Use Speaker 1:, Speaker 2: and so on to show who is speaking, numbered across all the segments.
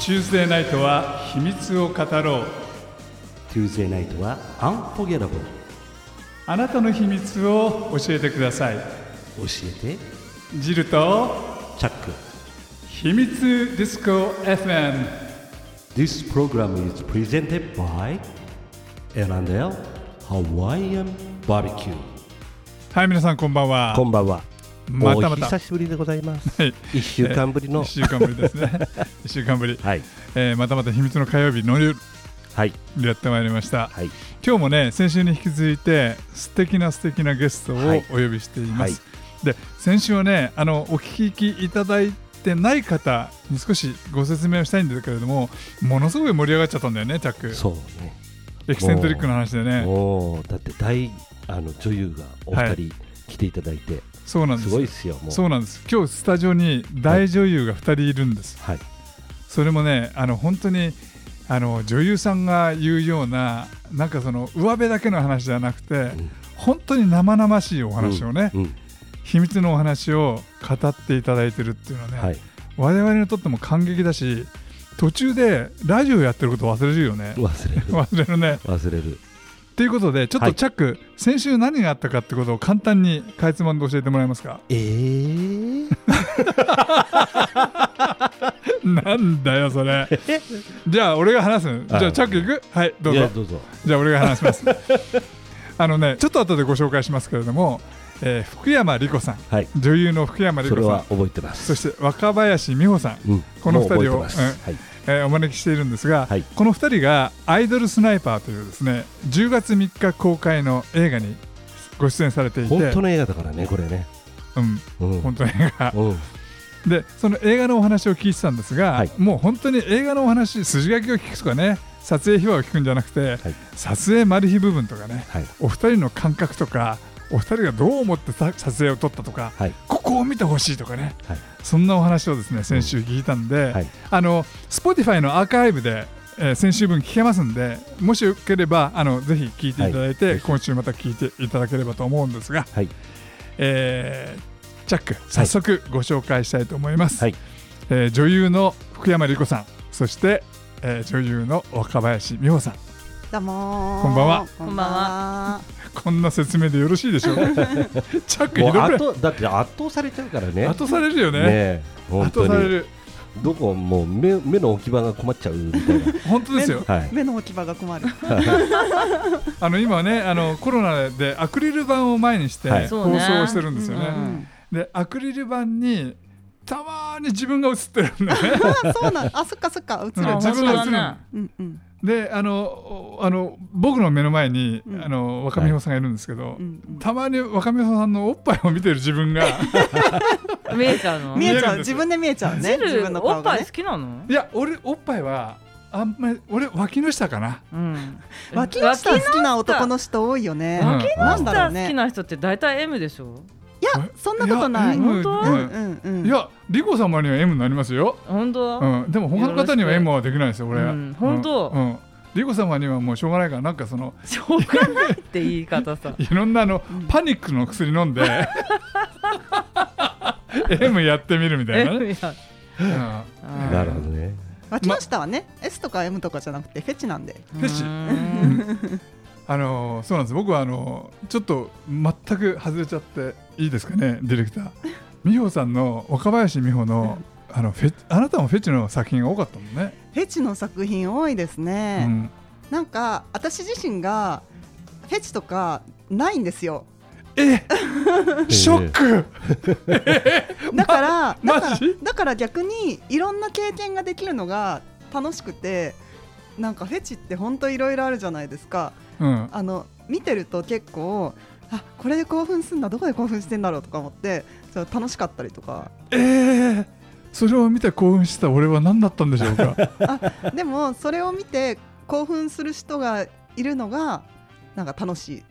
Speaker 1: Tuesday ナイトは秘密を語ろう。
Speaker 2: Tuesday ナイトは Unforgettable。
Speaker 1: あなたの秘密を教えてください。
Speaker 2: 教えて
Speaker 1: ジルと
Speaker 2: チャック。
Speaker 1: 秘密ディスコ FM。
Speaker 2: This program is presented by L&L Hawaiian Barbecue。
Speaker 1: はい、皆さんこんばんは。
Speaker 2: こんばんは。
Speaker 1: またまた
Speaker 2: お久しぶりでございます。
Speaker 1: はい、
Speaker 2: 1週間ぶりの、
Speaker 1: 1週間ぶりですね1週間ぶり、
Speaker 2: はい、
Speaker 1: またまた秘密の火曜日の夜
Speaker 2: はい、
Speaker 1: やってまいりました、
Speaker 2: はい、
Speaker 1: 今日もね、先週に引き続いて素敵なゲストをお呼びしています、
Speaker 2: はい、
Speaker 1: で先週はね、お聞きいただいてない方に少しご説明をしたいんだけれども、ものすごい盛り上がっちゃったんだよね、チャック。
Speaker 2: そうね、
Speaker 1: エキセントリックな話でね。
Speaker 2: もうだって女優がお二人来ていただいて、
Speaker 1: そうなんです。
Speaker 2: すごいですよ。もう
Speaker 1: そうなんです。今日スタジオに大女優が2人いるんです、
Speaker 2: はい、
Speaker 1: それもね、本当に女優さんが言うような、なんかその上辺だけの話じゃなくて、本当に生々しいお話をね、秘密のお話を語っていただいてるっていうのはね、はい、我々にとっても感激だし、途中でラジオやってること忘れるよね。忘れるね。
Speaker 2: 忘れる。
Speaker 1: ということで、ちょっとチャック、先週何があったかってことを簡単にかいつまんで教えてもらえますか。なんだよそれじゃあ俺が話す。じゃあチャック行く。はい、どうぞ。じゃあ俺が話しますちょっと後でご紹介しますけれども、福山莉子さん、はい、女優の福山莉子さん、
Speaker 2: それは覚えてます。
Speaker 1: そして若林美穂さん、この2人を、お招きしているんですが、はい、この2人がアイドルスナイパーというですね、10月3日公開の映画にご出演されていて、
Speaker 2: 本当の映画だからね、これね。
Speaker 1: 本当の映画で、その映画のお話を聞いてたんですが、はい、もう本当に映画のお話、筋書きを聞くとかね、撮影秘話を聞くんじゃなくて、はい、撮影マル秘部分とかね、はい、お二人の感覚とか、お二人がどう思って撮影を撮ったとか、はい、ここを見てほしいとかね、はい、そんなお話をですね、先週聞いたんで、はい、Spotify のアーカイブで、先週分聞けますんで、もしよければぜひ聞いていただいて、はい、今週また聞いていただければと思うんですが、はい、チャック、早速ご紹介したいと思います、はい、女優の福山莉子さん、そして、女優の若林美穂さん、
Speaker 3: どうも
Speaker 1: こんばんは。
Speaker 3: こんばんは。
Speaker 1: こんな説明でよろしいでしょうかチャック、ひどくない？
Speaker 2: だって圧倒されちゃうからね。
Speaker 1: 圧倒されるよね。
Speaker 2: 圧倒される。どこもう 目の置き場が困っちゃうみたいな
Speaker 1: 本当ですよ、
Speaker 3: 目の置き場が困る
Speaker 1: 今はね、コロナでアクリル板を前にして放送をしてるんですよね、でアクリル板にたまに自分が映ってるんだね
Speaker 3: そうなん、そっかそっか、映る、
Speaker 1: 自分が映るで、僕の目の前に、若美穂さんがいるんですけど、たまに若美穂さんのおっぱいを見てる自分が
Speaker 3: 見えちゃうの？見えちゃう、自分で見えちゃうね。自分の顔がね。おっぱい好きなの？
Speaker 1: いや、俺おっぱいはあんまり、俺脇の下かな、
Speaker 3: 脇の下好きな男の人多いよね。
Speaker 4: 脇の下好きな人って大体 M でしょ？
Speaker 3: いや、そんなことない。
Speaker 4: 本当？
Speaker 1: いや、莉子様には M になりますよ。
Speaker 4: 本当？
Speaker 1: でも他の方には M はできないですよ、俺は。
Speaker 4: 本当？
Speaker 1: 莉子様にはもうしょうがないから、なんかその
Speaker 4: しょうがないって言い方さ
Speaker 1: いろんなパニックの薬飲んでM やってみるみたいなね。
Speaker 2: なるほどね。
Speaker 3: 脇の下はね、S とか M とかじゃなくてフェチなんで。
Speaker 1: フェチそうなんです。僕はちょっと全く外れちゃっていいですかね、ディレクター。美穂さんの、若林美穂のあなたもフェチの作品が多かったもんね。
Speaker 3: フェチの作品多いですね、なんか私自身がフェチとかないんですよ。
Speaker 1: ショック
Speaker 3: だから逆にいろんな経験ができるのが楽しくて、なんかフェチって本当いろいろあるじゃないですか、見てると結構、これで興奮するんだ、どこで興奮してんだろうとか思って、楽しかったりとか。
Speaker 1: それを見て興奮した俺は何だったんでしょうか
Speaker 3: でもそれを見て興奮する人がいるのがなんか楽しい。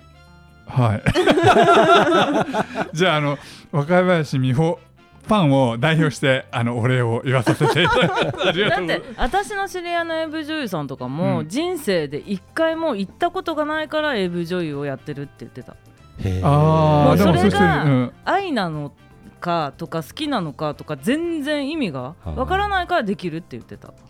Speaker 1: はいじゃあ若林美穂ファンを代表してお礼を言わさせていただきます。
Speaker 4: だって私の知り合いの AV 女優さんとかも、人生で一回も行ったことがないから AV 女優をやってるって言ってた。もうそれが愛なのかとか好きなのかとか全然意味がわからないからできるって言ってた。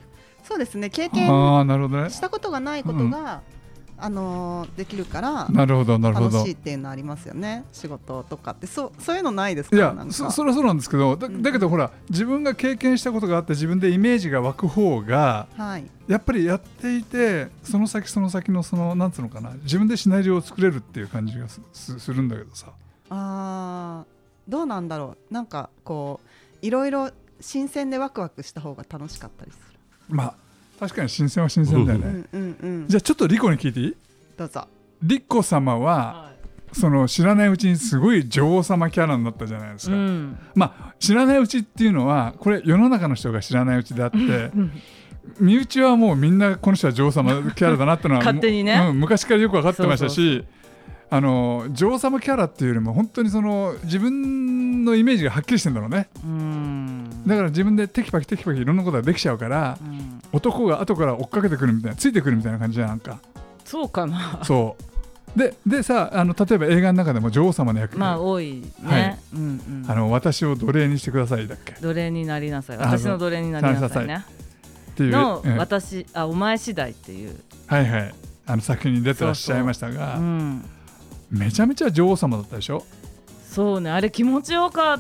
Speaker 3: そうですね、経験したことがないことが、できるから楽しいっていうのありますよね。仕事とかってそういうのないですか？
Speaker 1: いや、それはそうなんですけど、だけどほら、自分が経験したことがあって自分でイメージが湧く方が、やっぱりやっていてその先のなんつうのかな、自分でシナリオを作れるっていう感じが するんだけどさ。
Speaker 3: どうなんだろう。なんかこういろいろ新鮮でワクワクした方が楽しかったりする。
Speaker 1: まあ確かに新鮮は新鮮だよね。じゃあちょっとリコに聞いていい？
Speaker 3: どうぞ。
Speaker 1: リコ様は、その知らないうちにすごい女王様キャラになったじゃないですか。まあ知らないうちっていうのはこれ世の中の人が知らないうちであって、身内はもうみんなこの人は女王様キャラだなってのは
Speaker 4: 勝手にね、
Speaker 1: 昔からよく分かってましたし、女王様キャラっていうよりも本当にその自分のイメージがはっきりしてんだろうね。だから自分でテキパキいろんなことができちゃうから、男が後から追っかけてくるみたいな、ついてくるみたいな感じじゃん。なんか
Speaker 4: そうかな。
Speaker 1: そうでさ、例えば映画の中でも女王様の役
Speaker 4: まあ多いね、
Speaker 1: 私を奴隷にしてくださいだっけ。
Speaker 4: 奴隷になりなさい、私の奴隷になりなさいねっていうの、お前次第っていう
Speaker 1: 作品に出てらっしゃいましたが、めちゃめちゃ女王様だったでしょ。
Speaker 4: そうね、あれ気持ちよかった。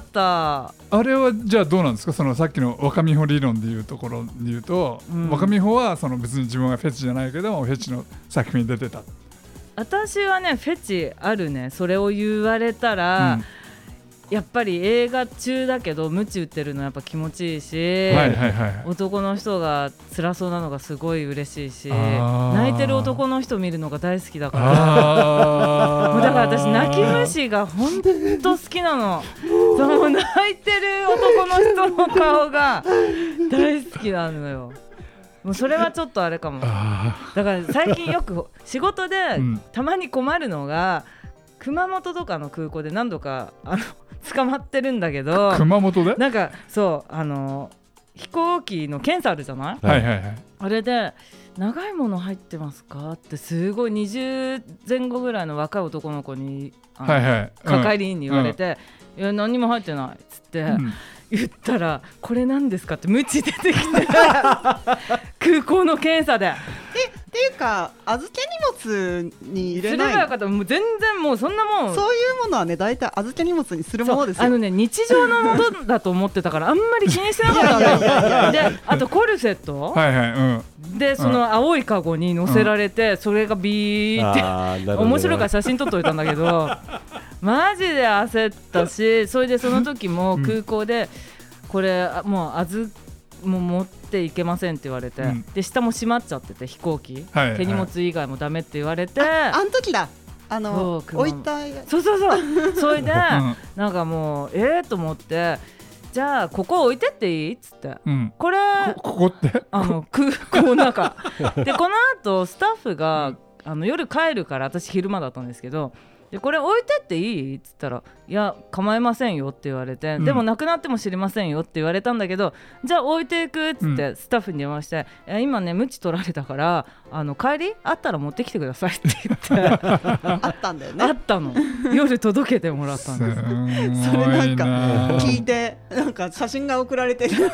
Speaker 1: あれはじゃあどうなんですか？そのさっきの若美穂理論でいうところで言うと、若美穂はその別に自分はフェチじゃないけどもフェチの作品に出てた。
Speaker 4: 私はねフェチあるね。それを言われたら、やっぱり映画中だけど鞭打ってるのやっぱ気持ちいいし、男の人が辛そうなのがすごい嬉しいし、泣いてる男の人見るのが大好きだからもうだから私泣き虫が本当好きなの。そう泣いてる男の人の顔が大好きなのよ。もうそれはちょっとあれかも。だから最近よく仕事でたまに困るのが、熊本とかの空港で何度か捕まってるんだけど、
Speaker 1: 熊本で
Speaker 4: なんかそう飛行機の検査あるじゃない、あれで長いもの入ってますかってすごい20前後ぐらいの若い男の子に係員に言われて、いや何も入ってないっつって、言ったらこれ何ですかってムチ出てきて空港の検査で
Speaker 3: っていうか預け荷物に入れない
Speaker 4: すればよかった。もう全然もうそんなもん、
Speaker 3: そういうものはね大体預け荷物にするものですよ。
Speaker 4: 日常のものだと思ってたからあんまり気にしてなかったんだよ。であとコルセットでその青いカゴに乗せられて、それがビーって面白いから写真撮っといたんだけどマジで焦ったし、それでその時も空港でこれもう持っていけませんって言われて、で下も閉まっちゃってて飛行機、手荷物以外もダメって言われて、
Speaker 3: あん時だ置いた
Speaker 4: そうそれでなんかもうと思って、じゃあここ置いてっていいっつって、これ
Speaker 1: ここって
Speaker 4: 空港の中でこの後スタッフが夜帰るから、私昼間だったんですけど、でこれ置いてっていいっつったら、いや構いませんよって言われて、でもなくなっても知りませんよって言われたんだけど、じゃあ置いていくっつってスタッフに電話して、今ねムチ取られたから帰りあったら持ってきてくださいって言って
Speaker 3: あったんだよね。
Speaker 4: あったの。夜届けてもらったんです。
Speaker 3: それなんか聞いてなんか写真が送られてるすげえ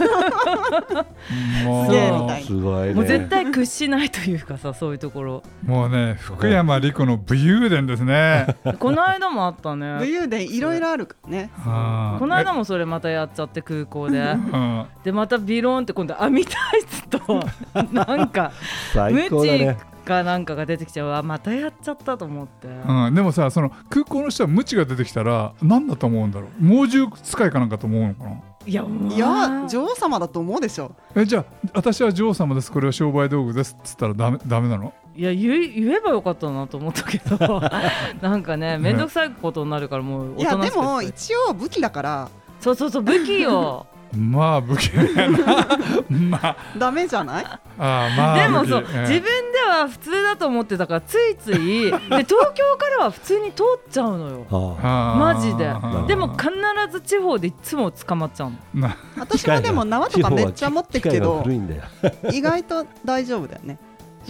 Speaker 3: みたいな。
Speaker 2: すごいね。
Speaker 4: もう絶対屈しないというかさ、そういうところ
Speaker 1: もうね、福山莉子の武勇伝ですね
Speaker 4: この間もあったね。
Speaker 3: 武勇伝いろいろあるからね。
Speaker 4: この間もそれまたやっちゃって空港ででまたビローンって今度網タイツとなんかムチかなんかが出てきちゃう。わまたやっちゃったと思って、
Speaker 1: でもさ、その空港の人はムチが出てきたら何だと思うんだろう。猛獣使いかなんかと思うのかな。
Speaker 3: いや女王様だと思うでしょ。
Speaker 1: じゃあ私は女王様です、これは商売道具ですっつったらダメなの？
Speaker 4: いや言えばよかったなと思ったけどなんかねめんどくさいことになるからもうおとなしく。
Speaker 3: いやでも一応武器だから。
Speaker 4: そう武器よ
Speaker 1: まあ武器やなまあ
Speaker 3: ダメじゃない？
Speaker 4: でもそう、自分では普通だと思ってたからついついで東京からは普通に通っちゃうのよマジで。でも必ず地方でいつも捕まっちゃうの。
Speaker 3: 私はでも縄とかめっちゃ持ってくけど意外と大丈夫だよね。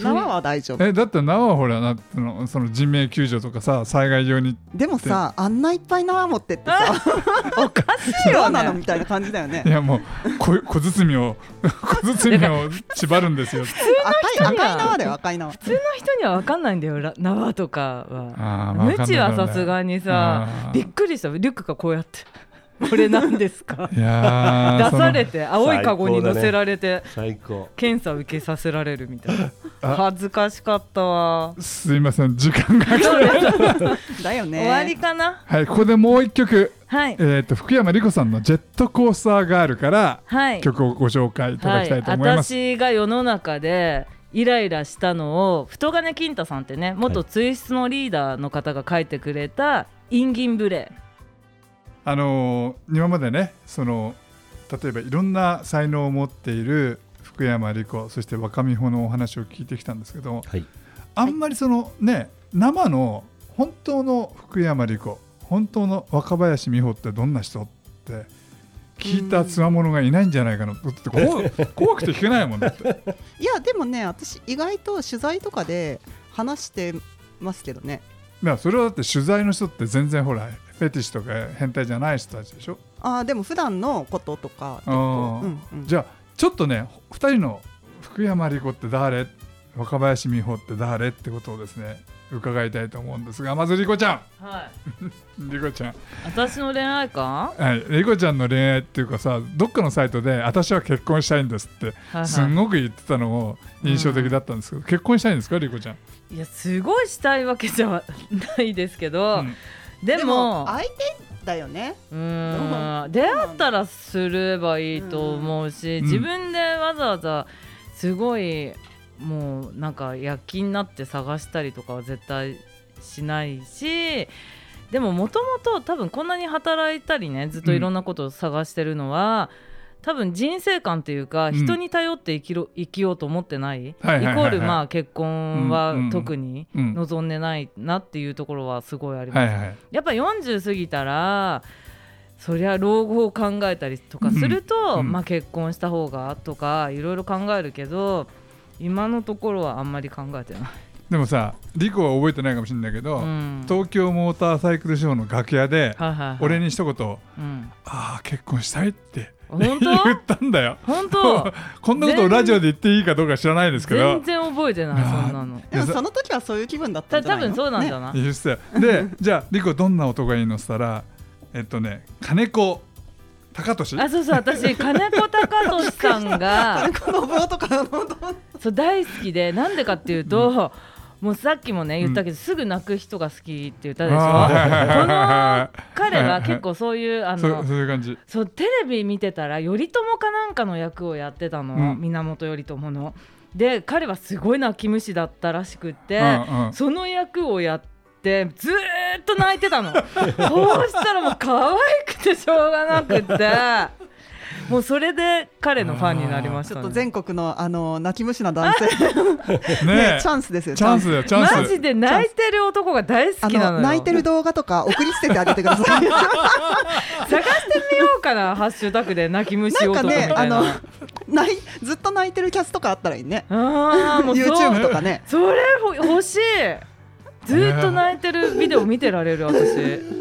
Speaker 3: 縄は大丈夫。
Speaker 1: だって縄はほらその人命救助とかさ、災害用に。
Speaker 3: でもさ、あんないっぱい縄持ってってさ
Speaker 4: おかしいよね。
Speaker 3: どうなのみたいな感じだよね。
Speaker 1: いやもう小包を縛るんですよ。
Speaker 3: 赤い縄だよ、赤い縄。
Speaker 4: 普通の人には分かんないんだよ、縄とかは。ムチはさすがにさ、びっくりした。リュックがこうやってこれなんですか出されて、青いカゴに乗せられて、最高、検査受けさせられるみたいな。恥ずかしかったわ。
Speaker 1: すいません、時間が来
Speaker 3: てだよね。
Speaker 4: 終わりかな。
Speaker 1: はい、ここでもう一曲、
Speaker 4: はい、
Speaker 1: 福山莉子さんのジェットコースターガールから曲をご紹介いただきたいと思います。
Speaker 4: 私が世の中でイライラしたのを太金金太さんってね、元ツイストのリーダーの方が書いてくれたインギンブレー。
Speaker 1: 今までね、例えばいろんな才能を持っている福山莉子、そして若美穂のお話を聞いてきたんですけど、はい、あんまりね、生の本当の福山莉子、本当の若林美穂ってどんな人って聞いたつわものがいないんじゃないかなって、怖くて聞けないもんだって。
Speaker 3: いやでもね、私意外と取材とかで話してますけどね。
Speaker 1: それはだって取材の人って全然ほらフェティッシュとか変態じゃない人たちでしょ。
Speaker 3: でも普段のこととか
Speaker 1: じゃあちょっとね、2人の福山莉子って誰、若林美穂って誰ってことをですね伺いたいと思うんですが、まず莉子ちゃん。はい莉子ちゃん、
Speaker 4: 私の恋愛観、
Speaker 1: はい、莉子ちゃんの恋愛っていうかさ、どっかのサイトで私は結婚したいんですってすんごく言ってたのも印象的だったんですけど、結婚したいんですか莉子ちゃん。
Speaker 4: いや、すごいしたいわけじゃないですけど、でも
Speaker 3: 相手だよね。
Speaker 4: 出会ったらすればいいと思うし、自分でわざわざすごいもうなんか躍起になって探したりとかは絶対しないし、でももともと多分こんなに働いたりね、ずっといろんなことを探してるのは、多分人生観というか、人に頼って生きようと思ってない、イコールまあ結婚は特に望んでないなっていうところはすごいあります。やっぱ40過ぎたらそりゃ老後を考えたりとかすると、まあ結婚した方がとかいろいろ考えるけど、今のところはあんまり考えてない。
Speaker 1: でもさ、莉子は覚えてないかもしれないけど、東京モーターサイクルショーの楽屋で、俺に一言、結婚したいって言ったんだよ。本当こんなことをラジオで言っていいかどうか知らないですけど、
Speaker 4: 全然覚えてない。そんなの。
Speaker 3: でもその時はそういう気分だったんじゃないの。
Speaker 4: 多分そうなんだな。
Speaker 1: で、じゃあ莉子どんな男がいいのって言ったら、金子高俊。
Speaker 4: そうそう、私金子高俊さんが
Speaker 3: 金子信夫とか
Speaker 4: そう大好きで、なんでかっていうと、もうさっきもね言ったけど、すぐ泣く人が好きって言ったでしょ。この彼が結構そういう
Speaker 1: そういう感じ。
Speaker 4: そう、テレビ見てたら頼朝かなんかの役をやってたの、源頼朝の。で彼はすごい泣き虫だったらしくって、その役をやってずーっと泣いてたの。そうしたらもう可愛くてしょうがなくってもうそれで彼のファンになりましたね。
Speaker 3: ちょっと全国の泣き虫な男性ね、チャンスですよ。
Speaker 1: チャンスだよ、チャンス。
Speaker 4: マジで泣いてる男が大好きなのよ。
Speaker 3: 泣いてる動画とか送り捨ててあげてください。
Speaker 4: 探してみようかな、ハッシュタグで泣き虫男みたいな。
Speaker 3: ずっと泣いてるキャスとかあったらいいね。
Speaker 4: もう
Speaker 3: YouTube とかね。
Speaker 4: それ欲しい。ずっと泣いてるビデオ見てられる私。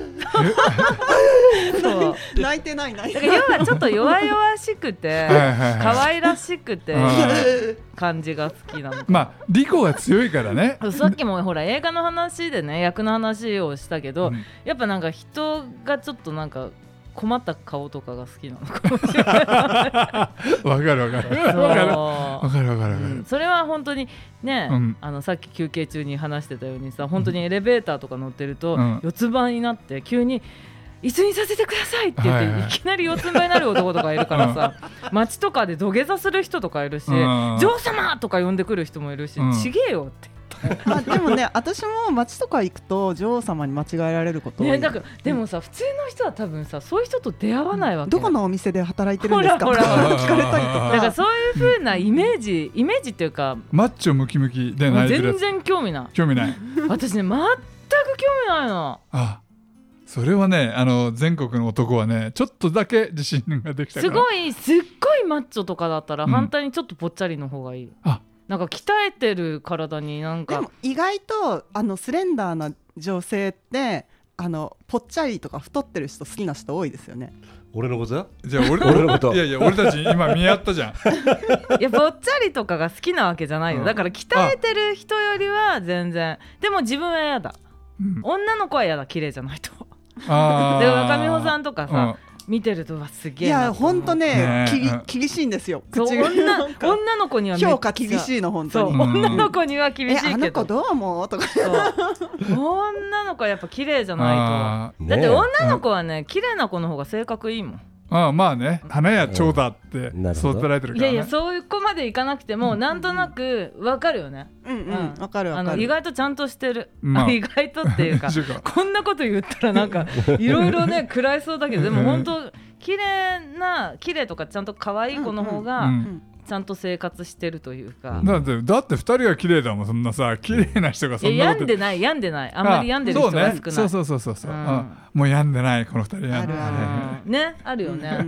Speaker 3: そう泣いてないだ
Speaker 4: から要はちょっと弱々しくて可愛らしくて感じが好きなの。
Speaker 1: まあ莉子が強いからね。
Speaker 4: さっきもほら映画の話でね、役の話をしたけど、やっぱなんか人がちょっとなんか困った顔とかが好きなのかもしれない。わか
Speaker 1: る。
Speaker 4: それは本当にね、さっき休憩中に話してたようにさ、本当にエレベーターとか乗ってると、四つ葉になって急に椅子にさせてくださいって言って、いきなり四つ葉になる男とかいるからさ、街とかで土下座する人とかいるし、女王様とか呼んでくる人もいるし、ちげえよって。
Speaker 3: でもね、私も街とか行くと女王様に間違えられること多い。
Speaker 4: だからでもさ、普通の人は多分さ、そういう人と出会わないわけ。
Speaker 3: どこのお店で働いてるんですかとか聞かれたりとか。
Speaker 4: だからそういう風なイメージっていうか、
Speaker 1: マッチョムキムキでない。
Speaker 4: 全然興味ない。
Speaker 1: 私ね、
Speaker 4: 全く興味ないの。
Speaker 1: それはね、全国の男はね、ちょっとだけ自信ができたから。
Speaker 4: すっごいマッチョとかだったら、反対にちょっとぽっちゃりの方がいい。 なんか鍛えてる体になんか。
Speaker 3: でも意外とスレンダーな女性ってぽっちゃりとか太ってる人好きな人多いですよね。
Speaker 2: 俺のことだ。
Speaker 1: じゃあ俺のこといやいや俺たち今見合ったじゃん
Speaker 4: いやぽっちゃりとかが好きなわけじゃないよ、だから鍛えてる人よりは全然。でも自分は嫌だ、女の子は嫌だ、綺麗じゃないと。で若美穂さんとかさ、見てるとすげえな。
Speaker 3: いや本当ね厳しいんですよ。
Speaker 4: 女の子にはめっちゃ
Speaker 3: 評価厳しいの本当に。
Speaker 4: 女の子には厳しいけど、
Speaker 3: あの子どう思うとか
Speaker 4: 女の子はやっぱ綺麗じゃないと。だって女の子はね綺麗な子の方が性格いいもん。
Speaker 1: まあね、花や長だって育てられてるからね。
Speaker 4: いやいやそういう子までいかなくてもなんとなく分かるよね。
Speaker 3: 分かる分かる。
Speaker 4: 意外とちゃんとしてる、意外とっていうかこんなこと言ったらなんかいろいろね食らいそうだけど、でも本当綺麗とかちゃんと可愛い子の方がちゃんと生活してるというか。
Speaker 1: だって2人が綺麗だもん。そんなさ綺麗な人がそんなこと。
Speaker 4: 病んでないあんまり病んでる人が少ない。
Speaker 1: そうもう病んでないこの2人。
Speaker 3: あるある
Speaker 4: ね、あるよね。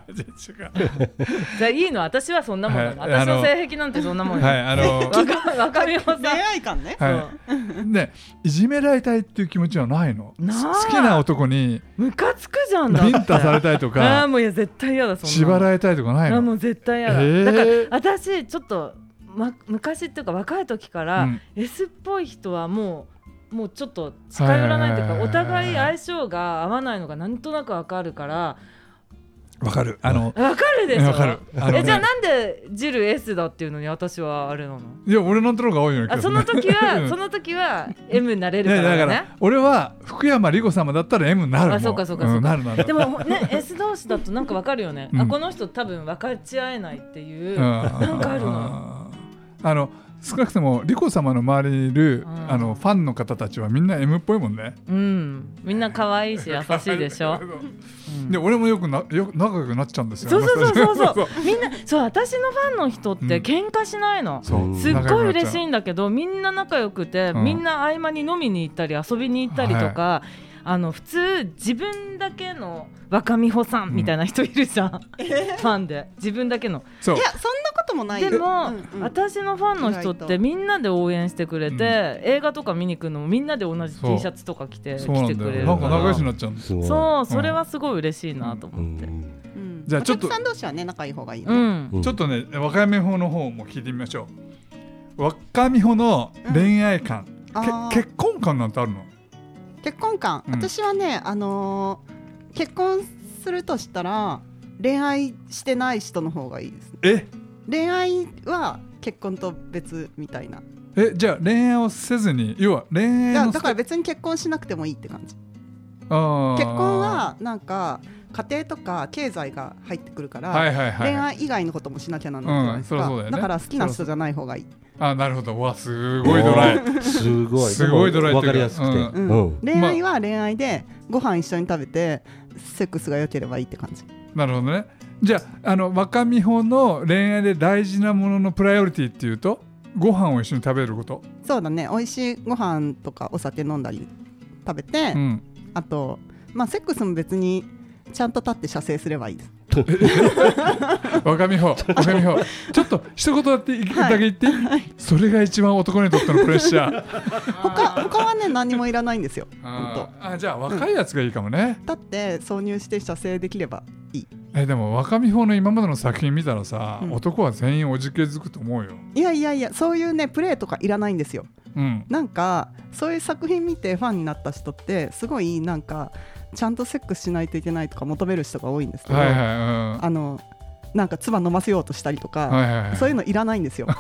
Speaker 4: じゃあいいの、私はそんなもんだ。私の性癖なんてそんなもん。若美穂さん
Speaker 3: 恋愛感ね。
Speaker 1: ね、いじめられたいっていう気持ちはないの？好きな男に
Speaker 4: ムカつくじゃんだ。
Speaker 1: ビンタされたいとか。
Speaker 4: もういや絶対嫌だ。そんな
Speaker 1: 縛られたいとかないの？
Speaker 4: もう絶対嫌だ。だから私ちょっと昔っていうか若い時から S っぽい人はもうちょっと近寄らないというか、お互い相性が合わないのがなんとなく分かるから。
Speaker 1: 分かる。
Speaker 4: 分かるでしょ。
Speaker 1: 分かる。
Speaker 4: じゃあなんでジル S だっていうのに私はあれなの？
Speaker 1: いや俺なんとなく多いよね。
Speaker 4: その時は M になれるからね。
Speaker 1: だから俺は福山莉子様だったら M になるもん。
Speaker 4: そうか。でもね S 同士だとなんか分かるよね。この人多分分かち合えないっていうなんかあるの。
Speaker 1: 少なくとも莉子様の周りにいるファンの方たちはみんな M っぽいもんね。
Speaker 4: みんな可愛いし優しいでしょ。
Speaker 1: で俺もよく仲良くなっちゃうんですよ。
Speaker 4: そうみんな私のファンの人って喧嘩しないの。すっごい嬉しいんだけど、みんな仲良くて、みんな合間に飲みに行ったり遊びに行ったりとか、普通自分だけの若美穂さんみたいな人いるじゃん、ファンで自分だけの。
Speaker 3: いやそんなこともない。
Speaker 4: でも、私のファンの人ってみんなで応援してくれて、映画とか見に来るのもみんなで同じ T シャツとか着てくれるから。
Speaker 1: なんか仲良しになっちゃうんですよ。
Speaker 4: そう、それはすごい嬉しいなと思って。
Speaker 3: じゃあちょっとお客さん同士はね仲いい方がいい。ち
Speaker 1: ょっとね若美穂の方も聞いてみましょう。若美穂の恋愛観、結婚観なんてあるの？
Speaker 3: 結婚観、私はね結婚するとしたら恋愛してない人の方がいいですね。恋愛は結婚と別みたいな。
Speaker 1: じゃあ恋愛をせずに、要は恋愛の
Speaker 3: だから別に結婚しなくてもいいって感じ。結婚はなんか家庭とか経済が入ってくるから、恋愛以外のこともしなきゃなんないじゃないですか。だから好きな人じゃない方がいい。
Speaker 1: なるほど。わすごいドライ。すごいドライ。
Speaker 2: わかりやすくて、
Speaker 3: 恋愛は恋愛でご飯一緒に食べてセックスが良ければいいって感じ。
Speaker 1: なるほどね。じゃあ若美穂の恋愛で大事なもののプライオリティっていうとご飯を一緒に食べること。
Speaker 3: そうだね。美味しいご飯とかお酒飲んだり食べて、あとセックスも別にちゃんと立って射精すればいいです。
Speaker 1: 若美穂ちょっと一言だけ言って、それが一番男にとってのプレッシャー。
Speaker 3: 他はね何もいらないんですよ。
Speaker 1: じゃあ若いやつがいいかもね。
Speaker 3: 立って挿入して射精できればいい。
Speaker 1: でも若美穂の今までの作品見たらさ、男は全員おじけづくと思うよ。
Speaker 3: いやそういうねプレーとかいらないんですよ。なんかそういう作品見てファンになった人ってすごいなんかちゃんとセックスしないといけないとか求める人が多いんですけど、なんか唾飲ませようとしたりとか、そういうのいらないんですよ。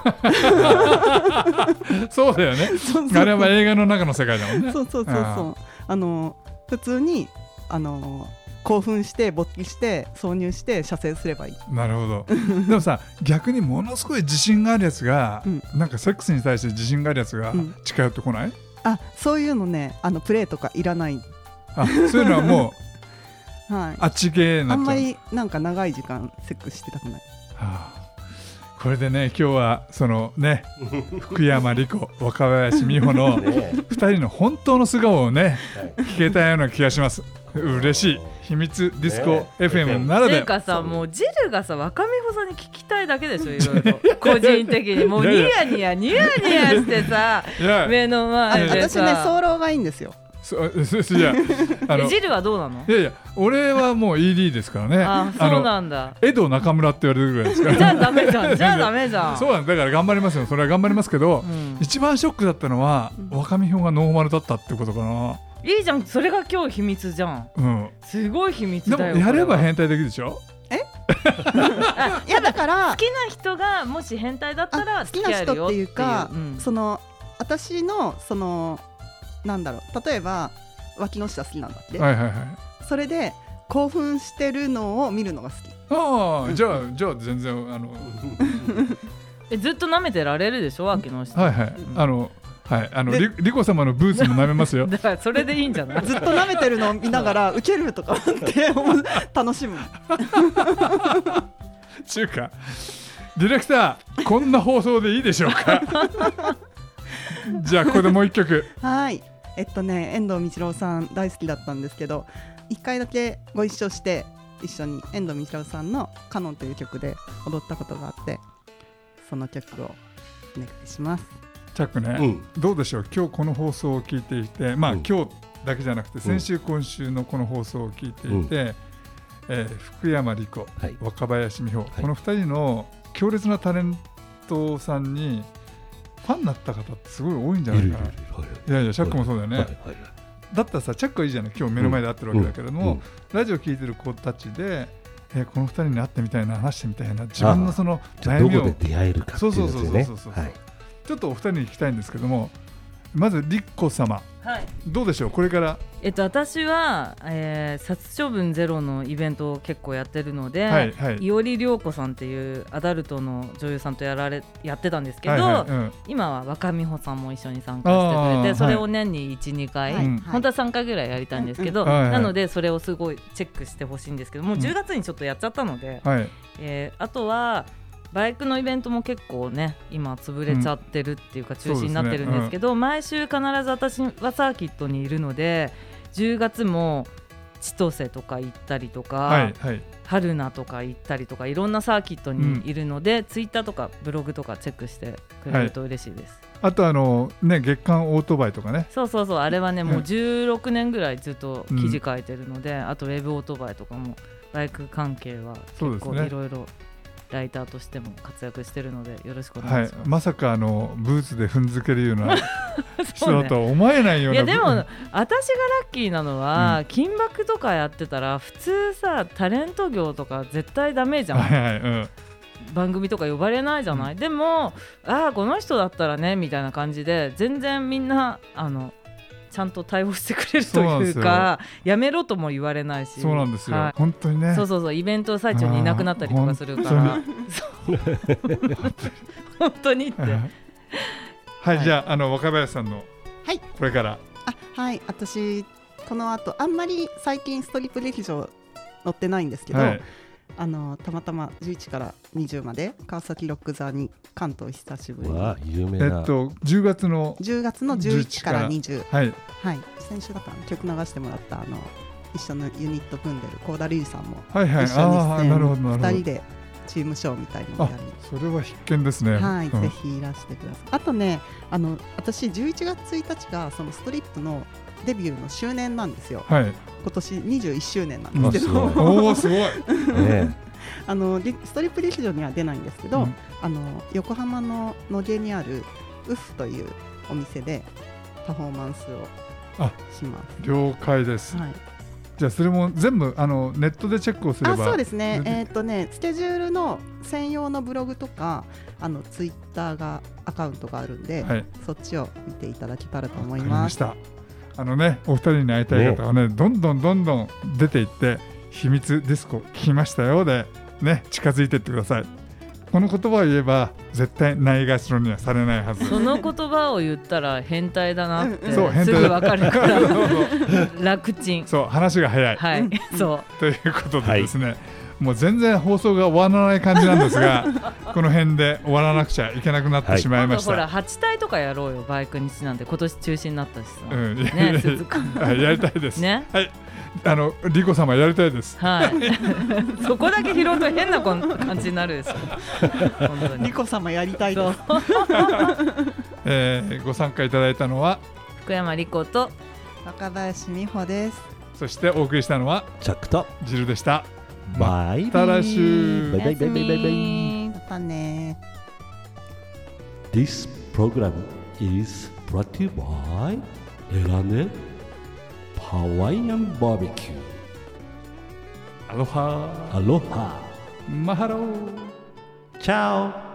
Speaker 1: そうだよね。あれは映画の中の世界だもんね。
Speaker 3: そう普通に興奮して勃起して挿入して射精すればいい。
Speaker 1: なるほど。でもさ逆にものすごい自信があるやつが、なんかセックスに対して自信があるやつが近寄ってこない？
Speaker 3: そういうのねプレーとかいらない。
Speaker 1: そういうのはもう、あっち系になっちゃう。
Speaker 3: あんまりなんか長い時間セックスしてたくない。
Speaker 1: これでね今日はそのね福山莉子若林美穂の2人の本当の素顔をね聞けたような気がします。嬉しい。 秘密ディスコ FM ならで。
Speaker 4: っていうかさ、もうジルがさ若美穂さんに聞きたいだけでしょ、いろいろ個人的にもうニヤニヤしてさ目の前でさ。
Speaker 3: 私ね早漏がいいんですよ。
Speaker 1: いや
Speaker 4: ジルはどうなの？
Speaker 1: いや俺はもう ED ですからね。
Speaker 4: そうなんだ。
Speaker 1: 江戸中村って言われるぐらいですから。
Speaker 4: じゃあダメじゃん。じゃあダメじゃん。
Speaker 1: そうなんだから頑張りますよ。それは頑張りますけど、一番ショックだったのは若美穂がノーマルだったってことかな。
Speaker 4: いいじゃん、それが今日秘密じゃん。すごい秘密だよ。
Speaker 1: でもやれば変態できるでしょ。
Speaker 3: いやだから
Speaker 4: 好きな人がもし変態だったら
Speaker 3: 好きな人っていうか、その私のそのなんだろう、例えば脇の下好きなんだって、それで興奮してるのを見るのが好
Speaker 1: き。じゃあ全然
Speaker 4: ずっと舐めてられるでしょ、脇の下。
Speaker 1: リコ様のブーツも舐めますよ。
Speaker 4: だからそれでいいんじゃない？
Speaker 3: ずっと舐めてるのを見ながらウケるとかって楽しむ。
Speaker 1: ちゅうかディレクター、こんな放送でいいでしょうか。じゃあここでもう一曲。
Speaker 3: はい、遠藤道郎さん大好きだったんですけど、1回だけご一緒して一緒に遠藤道郎さんのカノンという曲で踊ったことがあって、その曲をお願いします。
Speaker 1: チャックね、どうでしょう、今日この放送を聞いていて、今日だけじゃなくて先週今週のこの放送を聞いていて、福山莉子、若林美穂、この2人の強烈なタレントさんにファンになった方ってすごい多いんじゃないかな。いやチャックもそうだよね。だったらさ、チャックはいいじゃない、今日目の前で会ってるわけだけれども、ラジオ聞いてる子たちで、この2人に会ってみたいな、話してみたいな、自分のその悩みを
Speaker 2: どこで出会えるかっていうやつね。
Speaker 1: ちょっとお二人に聞きたいんですけども、まず莉子様、どうでしょう、これから。
Speaker 4: 私は、殺処分ゼロのイベントを結構やってるので、伊織涼子さんっていうアダルトの女優さんとやってたんですけど、今は若美穂さんも一緒に参加してくれて、それを年に 1,2 回、本当は3回ぐらいやりたいんですけど、なのでそれをすごいチェックしてほしいんですけど、もう10月にちょっとやっちゃったので、あとはバイクのイベントも結構ね今潰れちゃってるっていうか中止になってるんですけど、毎週必ず私はサーキットにいるので、10月も千歳とか行ったりとか、春菜とか行ったりとか、いろんなサーキットにいるので、ツイッターとかブログとかチェックしてくれると嬉しいです。
Speaker 1: あと月刊オートバイとかね。
Speaker 4: そうあれはねもう16年ぐらいずっと記事書いてるので、あとウェブオートバイとかもバイク関係は結構いろいろライターとしても活躍してるのでよろしくお願いします。
Speaker 1: まさかブーツで踏んづけるような人だとは思えないような。
Speaker 4: いやでも私がラッキーなのは、金箔とかやってたら普通さタレント業とか絶対ダメじゃん、番組とか呼ばれないじゃない、でもこの人だったらねみたいな感じで全然みんなちゃんと対応してくれるというか、やめろとも言われないし。そうなんですよ、本当にね。そうイベント最中にいなくなったりとかするから本当にって
Speaker 1: じゃあ若林さんのこれから。
Speaker 3: 私この後あんまり最近ストリップ劇場乗ってないんですけど、たまたま11から20まで川崎ロック座に関東久しぶりに
Speaker 2: 有名な
Speaker 1: 10月の
Speaker 3: 11から20、先週だった曲流してもらった一緒のユニット組んでる幸田瑠衣さんも一緒に2人でチームショーみたいなのやる。
Speaker 1: それは必見ですね。
Speaker 3: ぜひいらしてください。あとね私11月1日がそのストリップのデビューの周年なんですよ。今年21周年なんですけど、
Speaker 1: すごい
Speaker 3: ストリップ劇場には出ないんですけど、横浜の野毛にあるウフというお店でパフォーマンスをします。
Speaker 1: 了解です。じゃあそれも全部ネットでチェックをすれば。
Speaker 3: そうですね。スケジュールの専用のブログとかツイッターアカウントがあるんで、そっちを見ていただけたらと思います。
Speaker 1: お二人に会いたい方はね、どんどん出ていって秘密ディスコ聞きましたよでね、近づいていってください。この言葉を言えば絶対ないがしろにはされないはず。
Speaker 4: その言葉を言ったら変態だなってすぐ分かるから楽ちん。
Speaker 1: 話が早い、
Speaker 4: という
Speaker 1: ことでですね、 もう全然放送が終わらない感じなんですがこの辺で終わらなくちゃいけなくなってしまいました、
Speaker 4: ほら8体とかやろうよバイクにちなんで今年中止になったしさ、
Speaker 1: やりたいです、
Speaker 4: ね、
Speaker 1: はい、リコ様やりたいです、
Speaker 4: はい、そこだけ拾うと変な感じになるでしょ
Speaker 3: 本当にリコ様やりたいです
Speaker 1: ご参加いただいたのは
Speaker 4: 福山リコと
Speaker 3: 若林美穂です。
Speaker 1: そしてお送りしたのは
Speaker 2: チャックと
Speaker 1: ジルでした。
Speaker 2: バイ
Speaker 1: また来週。
Speaker 2: バイバイバイバイバイバイ。
Speaker 3: またね。
Speaker 2: This program is brought to you by エラネハワイアンバーベキュー。
Speaker 1: アロハ。
Speaker 2: アロハ。
Speaker 1: マハロー。
Speaker 2: チャオ。